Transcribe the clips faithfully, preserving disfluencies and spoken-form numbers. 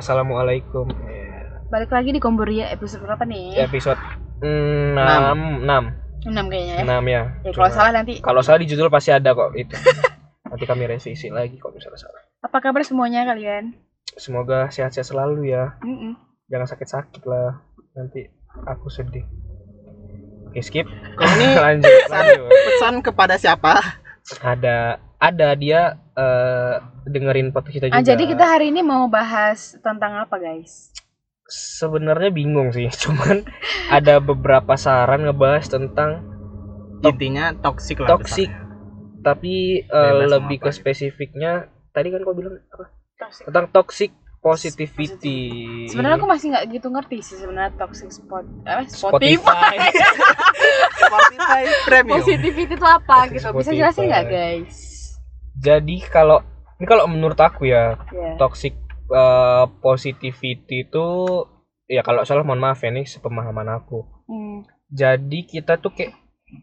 Assalamualaikum. Balik lagi di Komboria episode berapa nih? Episode enam. enam. enam kayaknya ya. enam ya. Ya kalau salah nanti. Kalau salah di judul pasti ada kok itu. Nanti kami revisi lagi kalau misalnya salah. Apa kabar semuanya kalian? Semoga sehat-sehat selalu ya. Mm-mm. Jangan sakit-sakit lah. Nanti aku sedih. Oke, skip. Kalau ini lanjut, lanjut. pesan kepada siapa? Ada ada dia uh, dengerin podcast kita juga. Ah, jadi kita hari ini mau bahas tentang apa, guys? Sebenarnya bingung sih, cuman ada beberapa saran ngebahas tentang Intinya toksik lah. toxic. Tapi uh, Bebas lebih mau ke apa spesifiknya tadi kan kau bilang apa? Toxic. Tentang toxic positivity. Sebenarnya aku masih nggak gitu ngerti sih sebenarnya toxic spot eh, Spotify. Spotify Premium. Positivity itu apa gitu? Bisa Spotify. jelasin nggak, guys? Jadi kalau ini kalau menurut aku ya, Ya. toxic uh, positivity itu ya kalau salah mohon maaf ya, nih sepemahaman aku. Hmm. Jadi kita tuh kayak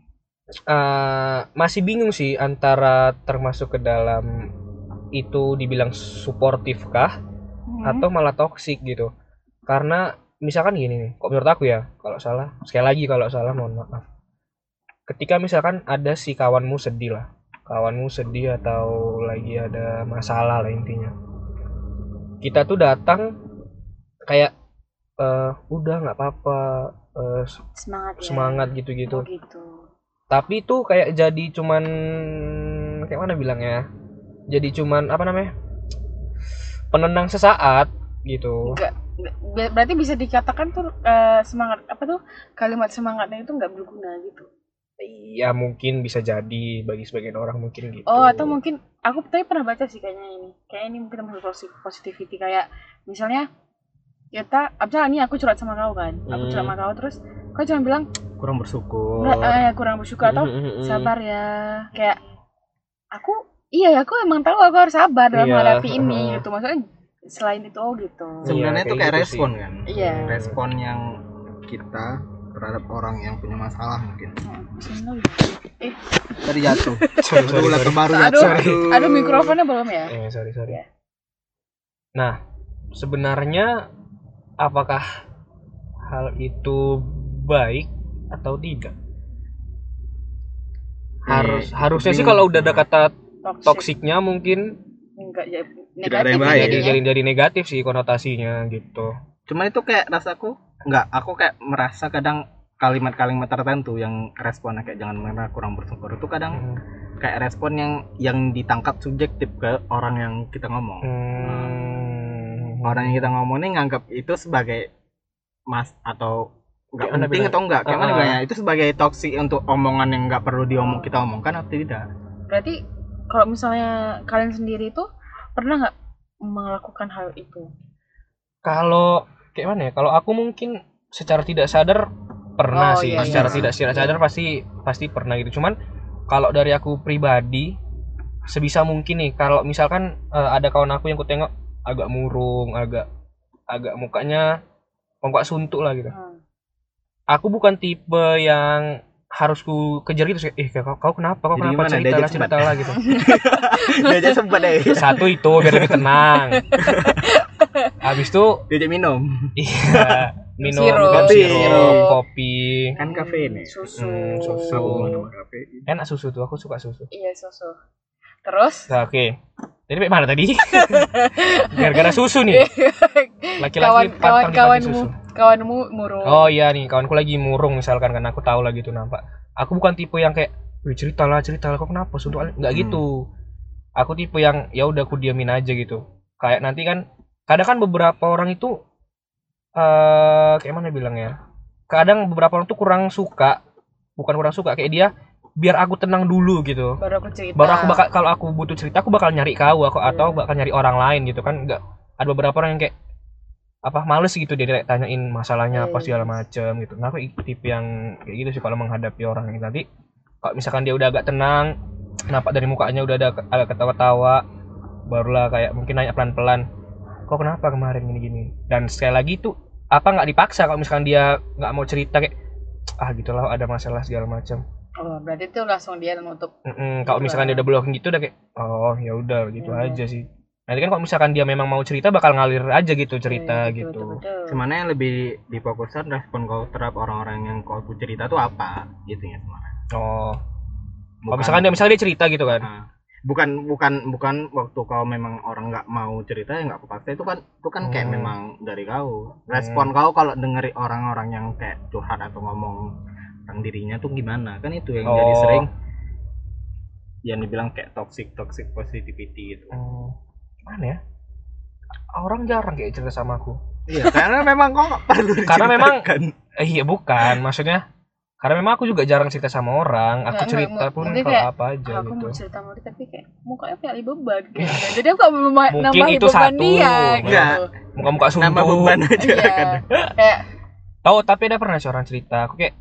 uh, masih bingung sih antara termasuk ke dalam itu dibilang suportif kah Hmm. atau malah toksik gitu. Karena misalkan gini nih, kok menurut aku ya, kalau salah sekali lagi kalau salah mohon maaf. Ketika misalkan ada si kawanmu sedih lah, kawanmu sedih atau lagi ada masalah lah intinya, kita tuh datang kayak eh udah nggak apa-apa, eh, Semangat ya. semangat gitu-gitu. Oh, gitu. Tapi itu kayak jadi cuman kayak mana bilangnya? Jadi cuman apa namanya? Penenang sesaat gitu. Enggak, enggak- ber- berarti bisa dikatakan tuh eh, semangat apa tuh kalimat semangatnya itu nggak berguna gitu. Ya mungkin bisa jadi bagi sebagian orang mungkin gitu. Oh, atau mungkin aku tadi pernah baca sih kayaknya ini. Kayak ini mungkin termasuk posi- positivity kayak misalnya kita, misalnya nih aku curhat sama kau kan. Aku curhat sama kau terus kau cuma bilang Kurang bersyukur. "Nggak, eh, kurang bersyukur atau Mm-mm-mm. sabar ya. Kayak aku iya ya aku emang tahu aku harus sabar dalam Iya, menghadapi ini heeh. gitu. Maksudnya selain itu oh gitu. Sebenarnya Iya, itu kayak kayak gitu respon sih. kan. Iya. Respon yang kita terhadap orang yang punya masalah mungkin. Nah, bismillah. Eh, Tadi jatuh. Sorry, sorry, Aduh, laptop sorry. baru aduh, jatuh. aduh mikrofonnya belum ya? Eh, sorry sorry. Iya. Nah, sebenarnya apakah hal itu baik atau tidak? Harus Eh, harusnya sih bingung. kalau udah ada kata Toxic. toksiknya mungkin Enggak ya. Tidak ada yang negatif baik. jadi jadinya. jadi, jadi negatif sih konotasinya gitu. Cuman itu kayak rasaku enggak, aku kayak merasa kadang kalimat-kalimat tertentu yang responnya kayak jangan marah, kurang bersyukur itu kadang Hmm. kayak respon yang yang ditangkap subjektif ke orang yang kita ngomong. Hmm. Orang yang kita ngomongin nganggap itu sebagai mas atau nggak Kayak mana penting bilang? atau enggak kayak mana Ah. bilangnya itu sebagai toksik untuk omongan yang nggak perlu diomong kita omongkan atau tidak. Berarti kalau misalnya kalian sendiri itu pernah nggak melakukan hal itu? Kalau kayak mana ya? Kalau aku mungkin secara tidak sadar pernah Oh, sih. iya, Secara iya. tidak tidak sadar pasti pasti pernah gitu. Cuman kalau dari aku pribadi sebisa mungkin nih kalau misalkan eh, ada kawan aku yang ku tengok agak murung, agak agak mukanya muka suntuk lah gitu. Hmm. Aku bukan tipe yang harus ku kejar gitu sih. Eh kau, kau kenapa? Kau Jadi kenapa gimana? cerita Diajak lah cerita sebat? lah gitu. Diajak sempat deh. Satu itu biar lebih tenang. Habis itu Diajak minum. iya minum Sirup. minum Kopi. sirup, kopi. Kan kafe ini. Susu. Hmm, susu. Aku minum kafe. Enak susu tuh, aku suka susu. Iya susu. Terus Nah, oke. Jadi sampai mana tadi? Gara-gara susu nih. Laki-laki kawan kawan pantang di panti kawanmu susu. kawanmu murung. Oh iya nih, kawanku lagi murung misalkan kan aku tahu lah gitu nampak. Aku bukan tipe yang kayak, "Wih, cerita lah, cerita lah, kok kenapa?" Suntuk enggak Hmm. gitu. Aku tipe yang ya udah aku diamin aja gitu. Kayak nanti kan kadang kan beberapa orang itu eh kayak mana bilangnya? Kadang beberapa orang tuh kurang suka, bukan kurang suka kayak dia biar aku tenang dulu gitu. Baru aku cerita. Baru aku bakal kalau aku butuh cerita aku bakal nyari kau aku atau Iya. bakal nyari orang lain gitu kan. Enggak ada beberapa orang yang kayak apa males gitu dia kayak tanyain masalahnya apa Iya, segala iya. macem gitu. Nah aku tipe yang kayak gitu sih kalau menghadapi orang ini nanti kalau misalkan dia udah agak tenang, nampak dari mukanya udah ada agak ketawa-tawa, barulah kayak mungkin nanya pelan-pelan, kok kenapa kemarin gini-gini. Dan sekali lagi tuh apa nggak dipaksa kalau misalkan dia nggak mau cerita kayak ah gitulah ada masalah segala macam. Oh, berarti itu langsung dia menutup. Mm-mm, kalau misalkan dia udah blocking gitu udah kayak oh ya udah gitu Hmm. aja sih. Nanti kan kalau misalkan dia memang mau cerita bakal ngalir aja gitu cerita Iya, betul, gitu. betul, betul. Sebenarnya yang lebih difokuskan respon kau terhadap orang-orang yang kau cerita tuh apa gitu ya sebenarnya. Oh. Kalau Bukan- misalkan dia misalnya dia cerita gitu kan. Nah, bukan bukan bukan waktu kau memang orang nggak mau cerita ya nggak aku paksa, itu kan itu kan kayak Hmm. memang dari kau respon kau kalau dengeri orang-orang yang kayak curhat atau ngomong tentang dirinya tuh gimana, kan itu yang jadi Oh. sering yang dibilang kayak toxic toxic positivity gitu. Hmm. Gimana ya? Orang jarang kayak cerita sama aku. Iya, karena memang kok nggak perlu Karena memang- diceritakan. Eh iya bukan, maksudnya karena memang aku juga jarang cerita sama orang. Aku Nggak, cerita nggak, pun mungkin kalau kayak, apa aja Aku gitu. mau cerita sama dia tapi kayak mukanya kayak ali beban kayak. Jadi aku gak mau Mungkin nambahi itu beban satu. dia Enggak. gitu. Muka-muka Nambah suntuk. beban aja Iya. kan. Kayak Tahu, tapi ada pernah sih orang cerita. Aku kayak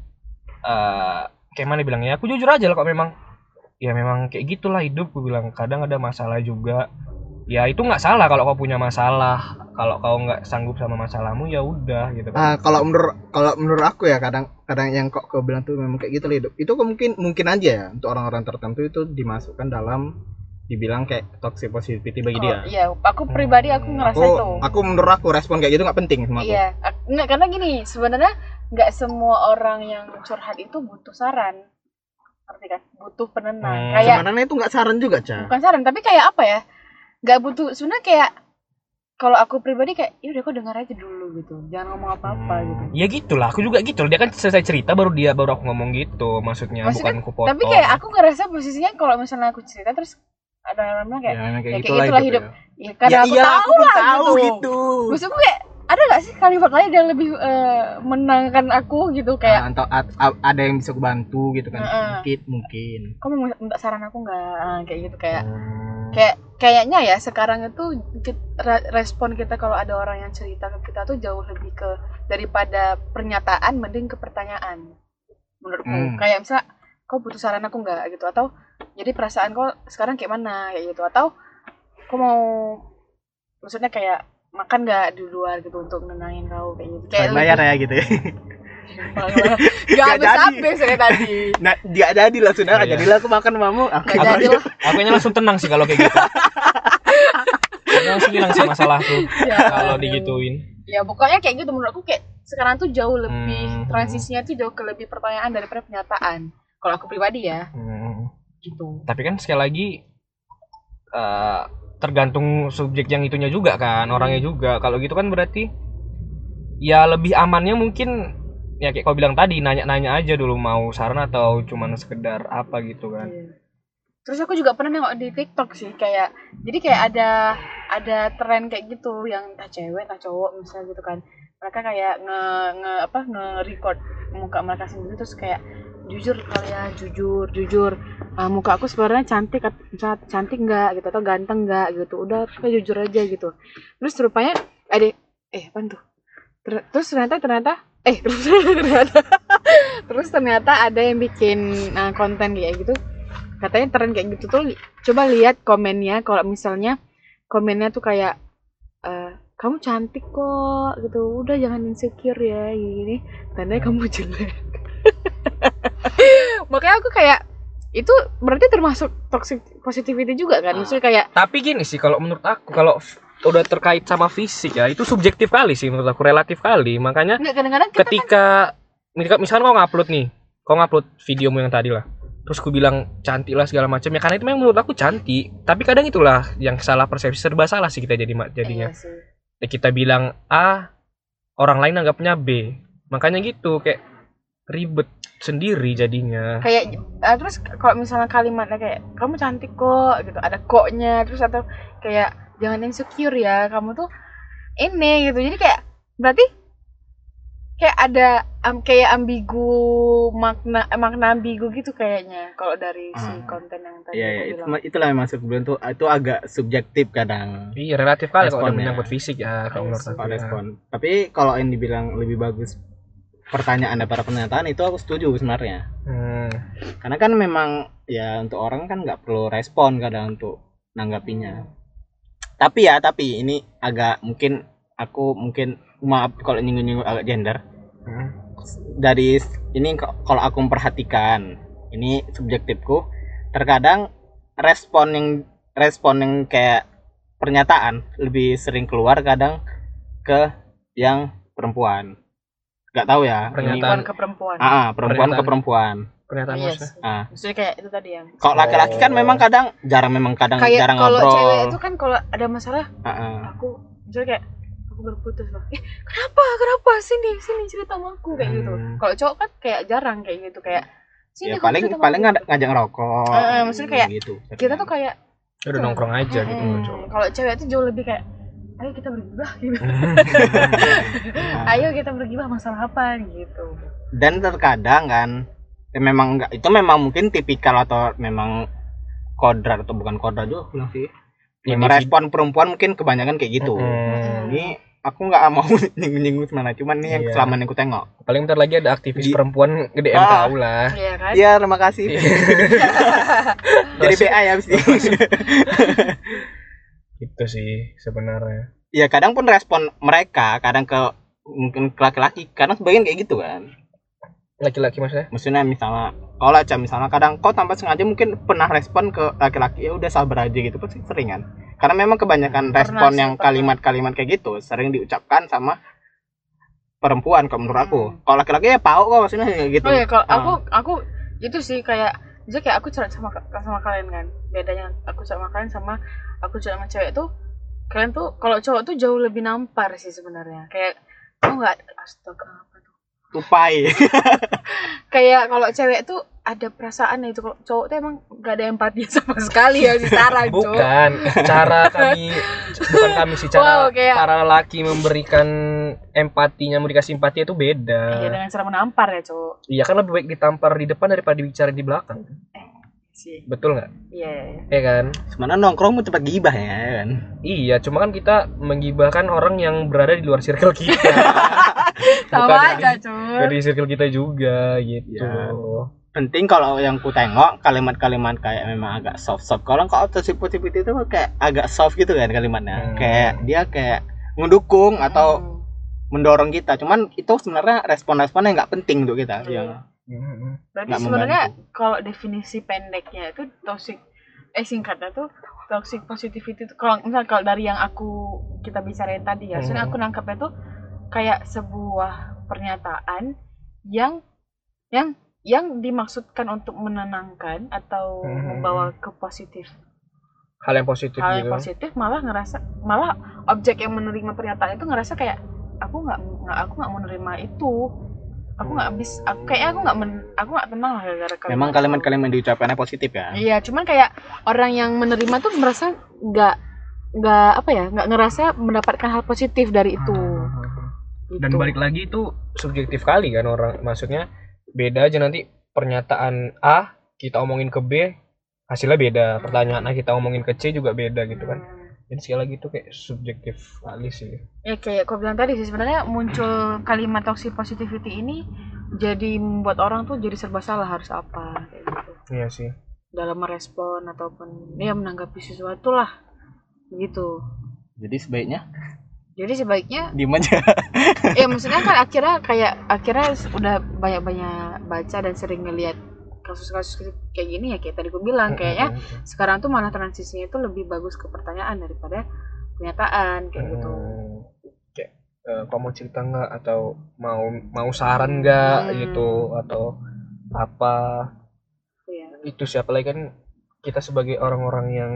eh kayak mana bilangnya? Aku jujur aja lah kok memang ya memang kayak gitulah hidup. Aku bilang kadang ada masalah juga. Ya itu nggak salah kalau kau punya masalah. Kalau kau nggak sanggup sama masalahmu ya udah gitu Ah, kan. kalau menurut kalau menurut aku ya kadang kadang yang kok kau bilang tuh memang kayak gitu lah hidup. Itu kok mungkin mungkin aja ya untuk orang-orang tertentu itu dimasukkan dalam dibilang kayak toxic positivity bagi oh, dia. iya, aku pribadi aku ngerasa Aku itu. aku menurut aku respon kayak gitu nggak penting sama aku. Iya, ak- nggak karena gini, sebenarnya nggak semua orang yang curhat itu butuh saran. Ngerti kan? Butuh penenang. Hmm. Kayak Sebenarnya itu nggak saran juga, Ca. bukan saran, tapi kayak apa ya? Nggak butuh sebenarnya kayak kalau aku pribadi kayak ya udah kau dengar aja dulu gitu. Jangan ngomong apa-apa Hmm, gitu. Ya gitulah, aku juga gitu. Dia kan selesai cerita baru dia baru aku ngomong gitu. Maksudnya, Maksudnya, bukan aku potong. Tapi kayak aku ngerasa posisinya kalau misalnya aku cerita terus ada orang bilang kayak Ya, memang kayak ya kayak gitulah gitulah hidup. hidup. Ya. ya karena Ya aku iyalah, tahu aku pun lah tahu gitu. gitu. Maksudku kayak ada gak sih kalimat lain yang lebih eh, menangkan aku gitu kayak Nah, atau at- a- ada yang bisa bantu gitu kan. Heeh. Mungkin mungkin. kamu mau minta saran aku nggak Ah, kayak gitu kayak Hmm. kayak kayaknya ya sekarang itu ki- re- respon kita kalau ada orang yang cerita ke kita tuh jauh lebih ke daripada pernyataan mending ke pertanyaan menurutku. Hmm. Kayak misal kau butuh saran aku nggak gitu atau jadi perasaan kau sekarang kayak mana kayak gitu atau kau mau maksudnya kayak makan nggak di luar gitu untuk nenangin kau kayak gitu kayak Selain bayar ya gitu ya. nggak Nggak habis jadi. habis kayak tadi Nah, nggak jadi lah sudah, nggak Iya. jadilah aku makan mamu. Aku nggak jadi lah Aku kayaknya langsung tenang sih kalau kayak gitu. Aku langsung hilang sih masalahku ya, kalau ya. digituin. Ya pokoknya kayak gitu menurut aku kayak sekarang tuh jauh lebih Hmm. transisinya tuh jauh ke lebih pertanyaan daripada pernyataan. Kalau aku pribadi ya Hmm. gitu. Tapi kan sekali lagi eh, tergantung subjek yang itunya juga kan, orangnya juga. Kalau gitu kan berarti ya lebih amannya mungkin ya kayak kau bilang tadi, nanya-nanya aja dulu mau saran atau cuman sekedar apa gitu kan. Iya. Terus aku juga pernah nengok di TikTok sih kayak jadi kayak ada ada tren kayak gitu yang entah cewek entah cowok misalnya gitu kan. Mereka kayak nge, nge apa nge-record muka mereka sendiri terus kayak jujur kalian jujur jujur ah, muka aku sebenarnya cantik at- cantik nggak gitu atau ganteng nggak gitu udah kayak jujur aja gitu terus rupanya ada eh apa tuh Ter- terus ternyata ternyata eh terus ternyata terus ternyata ada yang bikin uh, konten kayak gitu katanya tren kayak gitu tuh li- coba lihat komennya kalau misalnya komennya tuh kayak eh, kamu cantik kok gitu udah jangan insecure ya gini tandanya kamu jelek makanya aku kayak itu berarti termasuk toxic positivity juga kan maksudnya kayak Tapi gini sih kalau menurut aku kalau f- udah terkait sama fisik ya itu subjektif kali sih menurut aku, relatif kali. Makanya nggak kadang-kadang kita kan ketika misal- misalkan kau ngupload nih, kau ngupload videomu yang tadi lah, terus aku bilang cantik lah segala macam ya karena itu memang menurut aku cantik. Tapi kadang itulah yang salah persepsi, serba salah sih kita jadi mak- jadinya. iya sih. Ya, kita bilang A, orang lain anggapnya B. Makanya gitu kayak ribet sendiri jadinya. Kayak eh, terus kalau misalnya kalimatnya kayak kamu cantik kok gitu ada koknya terus atau kayak jangan insecure ya kamu tuh ini gitu jadi kayak berarti kayak ada am, kayak ambigu makna eh, makna ambigu gitu kayaknya kalau dari si Ah. konten yang tadi Iya, aku ya, itu bilang. itulah yang masuk bulan tuh itu agak subjektif kadang. Iya relatif kali kalau udah Responnya. menyangkut fisik ya kalau Iya menurut sih. aku. Kalau ya. respon. Tapi kalau yang dibilang lebih bagus pertanyaan daripada pernyataan itu aku setuju sebenarnya. Hmm. Karena kan memang ya untuk orang kan nggak perlu respon kadang untuk nanggapinya. Tapi ya tapi ini agak mungkin aku mungkin maaf kalau nyinggung-nyinggung agak gender. Hmm. Dari ini k- kalau aku memperhatikan ini subjektifku terkadang respon yang respon yang kayak pernyataan lebih sering keluar kadang ke yang perempuan. Gak tahu ya. Pernyataan Perempuan ke perempuan. Ah, ah, perempuan Pernyataan. ke perempuan. Pernyataan Yes. maksudnya. Ah. Maksudnya kayak itu tadi yang Kalau laki-laki kan memang kadang jarang memang kadang kayak jarang kalau ngobrol. cewek itu kan kalau ada masalah Ah, ah. aku misalnya kayak aku berputus loh. Eh, kenapa? Kenapa? Sini, sini cerita sama aku kayak gitu. Hmm. Kalau cowok kan kayak jarang kayak gitu kayak sini Ya kamu paling cerita sama paling aku. ngajak ngajak ngerokok. Eh, eh, maksudnya kayak gitu. Kita tuh kayak Udah nongkrong aja gitu mm, kalau cowok. kalau cewek itu jauh lebih kayak ayo kita bergibah gitu. Nah, Ayo kita bergibah masalah apa gitu. dan terkadang kan ya memang enggak itu memang mungkin tipikal atau memang kodrat atau bukan kodrat juga aku bilang sih. Ya, Individu. merespon perempuan mungkin kebanyakan kayak gitu. Mm-mm. Ini aku nggak mau nyinggung-nyinggung mana, cuman nih yang Iya. selama ini aku tengok. Paling bentar lagi ada aktivis Di- perempuan gede M Ah. K U lah. Iya kan? Iya, terima kasih. Jadi B A ya abis ini. Itu sih sebenarnya. Ya kadang pun respon mereka kadang ke mungkin ke laki-laki kadang sebagian kayak gitu kan. Laki-laki maksudnya? Maksudnya misalnya kalau aja misalnya kadang kau tanpa sengaja mungkin pernah respon ke laki-laki ya udah sabar aja gitu pasti sering kan. Karena memang kebanyakan Pernah respon sih, yang pernah. kalimat-kalimat kayak gitu sering diucapkan sama perempuan kalau menurut aku. Hmm. Kalau laki-laki ya pau kok maksudnya kayak gitu. Oh ya kalau Ah. aku aku itu sih kayak misalnya kayak aku curhat sama sama kalian kan. Bedanya aku curhat sama kalian sama aku curhat sama cewek tuh kalian tuh kalau cowok tuh jauh lebih nampar sih sebenarnya. Kayak kamu nggak astaga apa tuh. tupai. Kayak kalau cewek tuh ada perasaan itu kalau cowok tuh emang gak ada empati sama sekali ya sekarang cowok. Bukan, cara kami bukan kami sih cara Wow, kayak- para laki memberikan empatinya, memberikan simpati itu Iya beda. dengan cara menampar ya cowok Iya kan lebih baik ditampar di depan daripada dibicara di belakang. sih. Betul nggak? Iya. iya. Iya kan? Sebenarnya nongkrong mau cepat gibah ya kan. Iya, cuma kan kita menggibahkan orang yang berada di luar circle kita. Tahu Bukan aja di- cuy. Bukan di circle kita juga gitu. Ya. Penting kalau yang ku tengok kalimat-kalimat kayak memang agak soft-soft. Kalau kau positivity itu kayak agak soft gitu kan kalimatnya. Hmm. Kayak dia kayak mendukung atau Hmm. mendorong kita. Cuman itu sebenarnya respon-respon yang nggak penting untuk kita. Iya. Yang Mm-mm. Berarti nggak sebenarnya kalau definisi pendeknya itu toxic eh singkatnya tuh toxic positivity itu kalau misal kalau dari yang aku kita bicarain tadi ya, soalnya Hmm. aku nangkapnya tuh kayak sebuah pernyataan yang yang yang dimaksudkan untuk menenangkan atau Hmm. membawa ke positif Hal yang positif hal yang gitu. positif malah ngerasa malah objek yang menerima pernyataan itu ngerasa kayak aku nggak nggak aku nggak menerima itu aku nggak habis aku kayak aku nggak men- aku nggak tenang lah gara-gara kalimat memang itu. kalimat-kalimat yang diucapkannya positif ya. Iya, cuman kayak orang yang menerima tuh merasa nggak nggak apa ya, nggak ngerasa mendapatkan hal positif dari itu. Dan Gitu. balik lagi itu subjektif kali kan orang, maksudnya beda aja nanti pernyataan A kita omongin ke B hasilnya beda, pertanyaan A kita omongin ke C juga beda gitu kan. Hmm. Jadi sekali lagi itu kayak subjektif kali sih. Ya kayak kau bilang tadi sih sebenarnya muncul kalimat toxic positivity ini jadi membuat orang tuh jadi serba salah harus apa kayak gitu Iya sih. dalam merespon ataupun dia menanggapi sesuatu lah gitu. Jadi sebaiknya Jadi sebaiknya diem aja. ya maksudnya kan akhirnya kayak akhirnya udah banyak-banyak baca dan sering ngelihat kasus-kasus kayak gini ya kayak tadi gue bilang kayaknya sekarang tuh malah transisinya itu lebih bagus ke pertanyaan daripada pernyataan kayak gitu. Hmm, kayak eh, kau mau cerita nggak atau mau mau saran nggak Hmm. gitu atau apa Iya. itu siapa lagi kan kita sebagai orang-orang yang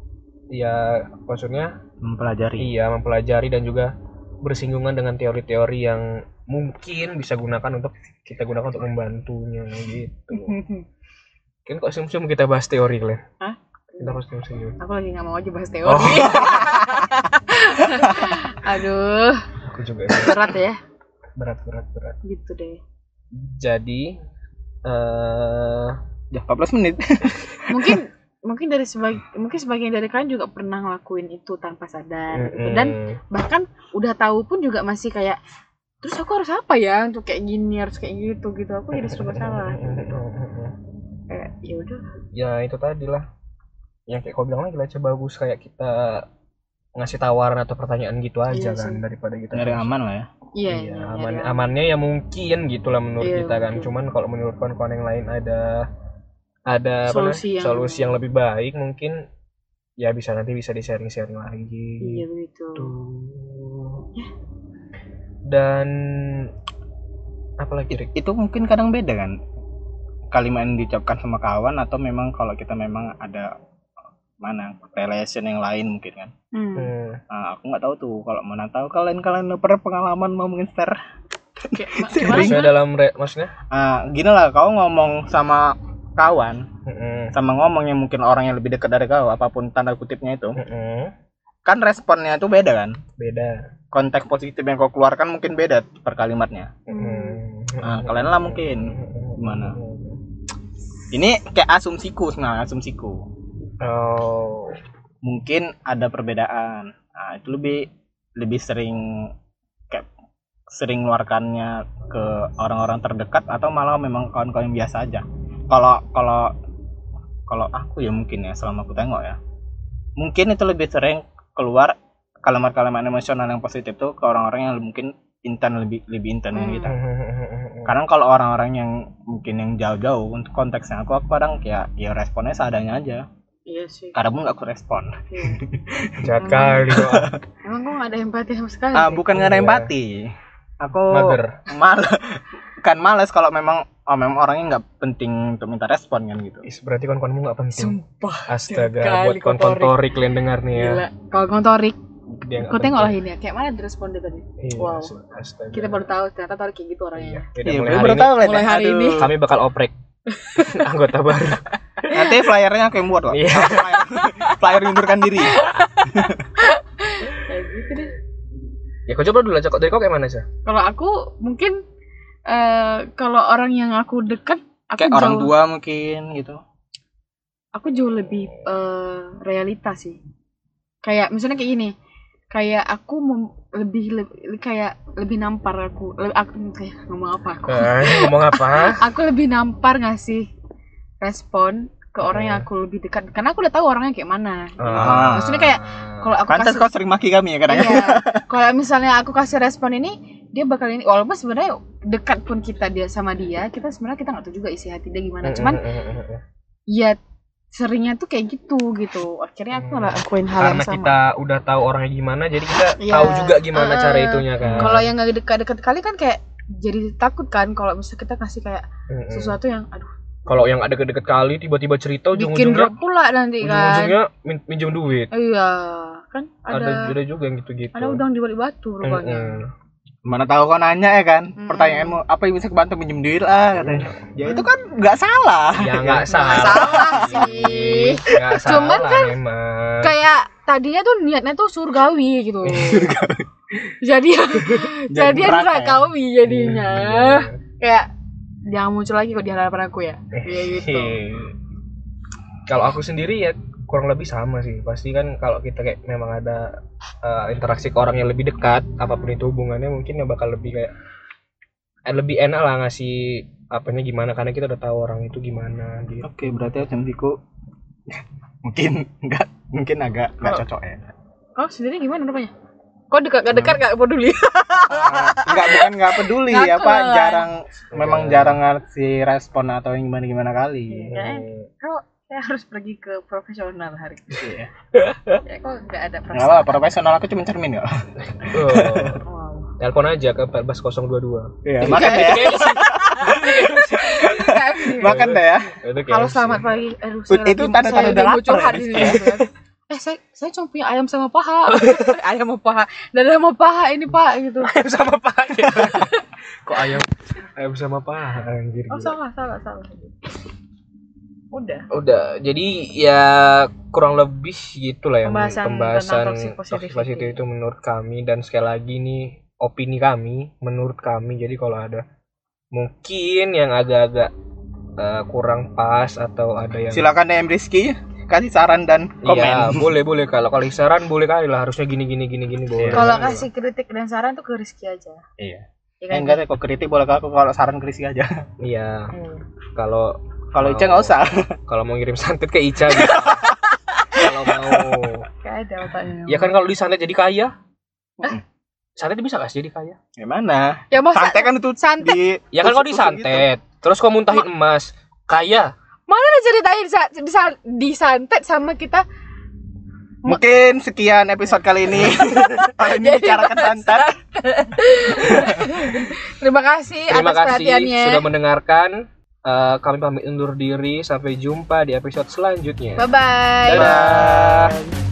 ya maksudnya Mempelajari. iya mempelajari dan juga bersinggungan dengan teori-teori yang mungkin bisa gunakan untuk kita gunakan untuk membantunya gitu. Kan kok senyum-senyum kita bahas teori kalian? Hah? Kita bahas senyum-senyum. Aku lagi nggak mau aja bahas teori. Oh. Aduh, Aku juga berat ya. berat berat berat. Gitu deh. Jadi eh Ya empat belas menit. Mungkin mungkin dari sebag mungkin sebagian dari kalian juga pernah ngelakuin itu tanpa sadar gitu. Dan bahkan udah tahu pun juga masih kayak terus aku harus apa ya untuk kayak gini harus kayak gitu gitu aku jadi serba salah gitu. Kayak ya udah ya itu tadi lah yang kayak kau bilang lagi lah coba bagus kayak kita ngasih tawaran atau pertanyaan gitu aja Iya kan sih. daripada kita Nyari terus- aman lah ya. iya iya, iya, aman, nyari aman. amannya ya mungkin gitulah menurut Iya, kita kan mungkin. cuman kalau menurut kawan-kawan yang lain ada ada apa Solusi namanya, yang- solusi yang lebih baik mungkin ya bisa nanti bisa di sharing-sharing lagi. Iya begitu. Tuh. Dan apalagi Rik? Itu mungkin kadang beda kan kalimat yang diucapkan sama kawan atau memang kalau kita memang ada mana relation yang lain mungkin kan. Hmm. Hmm. Nah, aku nggak tahu tuh kalau mana tahu kalian kalian pernah pengalaman mau share. Kayak, Maksudnya dalam re- maksudnya? Ah, gini lah kau ngomong sama kawan, Mm-mm. sama ngomong yang mungkin orang yang lebih dekat dari kau apapun tanda kutipnya itu, Mm-mm. kan responnya itu beda kan. Beda. Konteks positif yang kau keluarkan mungkin beda per kalimatnya. Mm-mm. Nah, kalian lah mungkin gimana? Ini kayak asumsiku, nah asumsiku. Oh. Mungkin ada perbedaan. Nah, itu lebih lebih sering kayak sering ngeluarkannya ke orang-orang terdekat atau malah memang kawan-kawan yang biasa aja. Kalau kalau kalau aku ya mungkin ya selama aku tengok ya. Mungkin itu lebih sering keluar kalimat-kalimat emosional yang positif tuh ke orang-orang yang mungkin intan lebih lebih intan Hmm. gitu. Kadang kalau orang-orang yang mungkin yang jauh-jauh untuk konteksnya aku, aku kadang kayak ya responnya seadanya aja. Iya sih. Kadang pun nggak aku respon. Iya. Jahat kali doang. Emang gue gak ada empati sama sekali. Ah, sih? bukan nggak ada Iya. empati. Aku Mager. mal kan males kalau memang oh memang orangnya nggak penting untuk minta respon kan gitu. Is, berarti kon-konmu gak penting. Sumpah. Astaga, Kali buat kon-kon Torik. Torik kalian dengar nih ya. Gila. Kalau kamu Torik, Dia nggak kau tengok lah penting. ini ya. Kayak mana direspon dia tadi. Iya, Wow. astaga. Kita baru tahu ternyata Torik kayak gitu Iya. orangnya. Beda, Iya, mulai baru hari ini tahu, Len. mulai hari Aduh. ini. kami bakal oprek anggota baru. Nanti flyernya aku yang buat kok. Iya. Flyer, flyer mundurkan diri. Kayak gitu deh. Ya kau coba dulu aja kok dari kau kayak mana sih? Kalau aku mungkin eh kalau orang yang aku dekat, aku Kayak jauh, orang tua mungkin gitu. aku jauh lebih eh realita sih. Kayak misalnya kayak gini, kayak aku mem- lebih, lebih kayak lebih nampar aku, lebih, aku kayak ngomong apa aku? Eh, ngomong apa? Aku lebih nampar ngasih respon ke orang yang aku lebih dekat, karena aku udah tahu orangnya kayak mana. Ah. Maksudnya kayak kalau aku Pantas kasih, kau sering maki kami ya kadang. iya, kalau misalnya aku kasih respon ini, dia bakal ini, walaupun sebenarnya dekat pun kita dia sama dia, kita sebenarnya kita nggak tahu juga isi hati dia gimana. Cuman ya seringnya tuh kayak gitu gitu. Akhirnya aku Hmm. ngelakuin hal karena yang sama. kita udah tahu orangnya gimana, jadi kita Iya. tahu juga gimana Eh, cara itunya kan. Kalau yang nggak dekat-dekat kali kan kayak jadi takut kan kalau misalnya kita kasih kayak Mm-mm. sesuatu yang aduh Kalau yang ada deket-deket kali tiba-tiba cerita bikin ujung-ujungnya drop pula nanti kan. ujung-ujungnya min- minjem duit. Iya, kan Ada ada ada juga yang gitu-gitu. ada udang di balik batu rupanya. Mm-mm. Mana tahu kau nanya ya kan. Mm-mm. Pertanyaanmu apa yang bisa kebantu minjem duit lah katanya. Ya itu kan nggak salah. Ya nggak salah. salah sih. Nggak salah Cuman kan memang. Kayak tadinya tuh niatnya tuh surgawi gitu. jadi jadi neraka ya? nerakawi jadinya. Iya. Kayak jangan muncul lagi kok di hadapan aku ya. Kayak gitu. Kalau aku sendiri ya kurang lebih sama sih. Pasti kan kalau kita kayak memang ada uh, interaksi ke orang yang lebih dekat, apapun itu hubungannya, mungkin ya bakal lebih kayak eh, lebih enak lah ngasih apanya gimana, karena kita udah tahu orang itu gimana gitu. Oke, berarti asumsiku mungkin enggak mungkin agak enggak Oh. cocok ya. Kau sendiri gimana rupanya? Kau dekat gak dekat gak peduli. Enggak bukan enggak peduli Ngaku apa lah. jarang memang Iya. jarang ngasih respon atau yang gimana gimana kali. Ya, kau saya harus pergi ke profesional hari ini. Iya. Ya kok nggak ada Enggak perasaan. apa profesional aku cuma cermin kok. Oh, Wow. telepon aja ke empat belas nol dua dua. Iya, makan deh ya. Makan deh ya. Itu kayak Kalau sih. selamat pagi, aduh Itu saya lagi, tanda-tanda saya udah lagi mau lapar curhat ya, di Rizky. sini. gitu kan. Eh saya saya cuma punya ayam sama paha. ayam sama paha. Dan sama paha ini Pak gitu. Ayam sama paha. Kok ayam ayam sama paha anjir. Oh gila. salah salah salah. Udah. Udah, jadi ya kurang lebih gitulah yang Pembahasan pembahasan tentang toxic positivity. toxic positivity itu menurut kami, dan sekali lagi nih opini kami menurut kami. Jadi kalau ada mungkin yang agak-agak eh, kurang pas atau ada yang Silakan D M Rizky kasih saran dan iya, komen. boleh boleh kalau kalau saran boleh kali lah, harusnya gini gini gini gini boleh. Kalau kasih kritik dan saran tuh ke Rizky aja. Iya. Ya Eh, kan? enggak deh, kok kritik boleh ke aku, kalau saran ke Rizky aja. Iya, Hmm. kalau Kalau Oh. Ica nggak usah. kalau mau ngirim santet ke Ica gitu. Kalau mau Kayak ada otaknya. ya kan kalau disantet jadi kaya. Santet bisa gak sih jadi kaya? Gimana? Ya masa Santet kan itu santet. di Ya kan kalau tusuk-tusuk disantet, terus kau muntahin emas, kaya. Mana ada ceritain sa- bisa disantet sama kita Mungkin sekian episode kali ini. Kali ini bicarakan santet. Terima kasih Terima atas kasih perhatiannya. sudah mendengarkan. Eh, kami pamit undur diri. Sampai jumpa di episode selanjutnya. Bye bye. Dadah.